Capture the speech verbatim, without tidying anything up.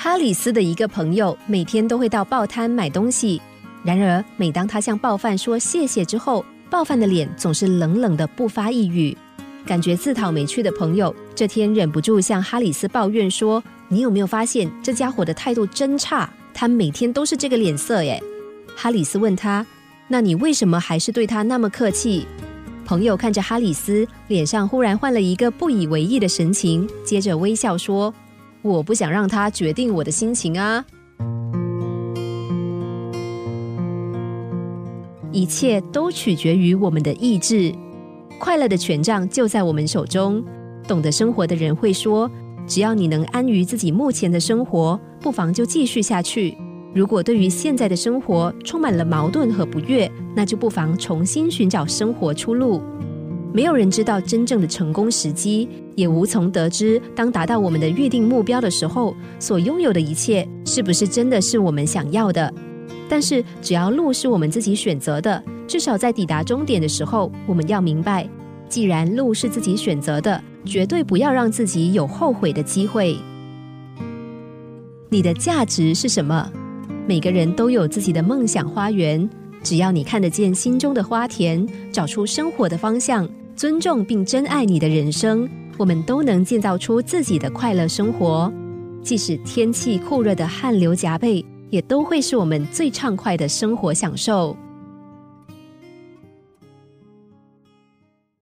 哈里斯的一个朋友每天都会到报摊买东西，然而每当他向报贩说谢谢之后，报贩的脸总是冷冷的不发一语。感觉自讨没趣的朋友这天忍不住向哈里斯抱怨说，你有没有发现这家伙的态度真差，他每天都是这个脸色耶。哈里斯问他，那你为什么还是对他那么客气？朋友看着哈里斯，脸上忽然换了一个不以为意的神情，接着微笑说，我不想让他决定我的心情啊。一切都取决于我们的意志，快乐的权杖就在我们手中。懂得生活的人会说，只要你能安于自己目前的生活，不妨就继续下去。如果对于现在的生活充满了矛盾和不悦，那就不妨重新寻找生活出路。没有人知道真正的成功时机，也无从得知当达到我们的预定目标的时候，所拥有的一切是不是真的是我们想要的。但是只要路是我们自己选择的，至少在抵达终点的时候，我们要明白，既然路是自己选择的，绝对不要让自己有后悔的机会。你的价值是什么？每个人都有自己的梦想花园，只要你看得见心中的花田，找出生活的方向，尊重并珍爱你的人生，我们都能建造出自己的快乐生活。即使天气酷热的汗流浃背，也都会是我们最畅快的生活享受。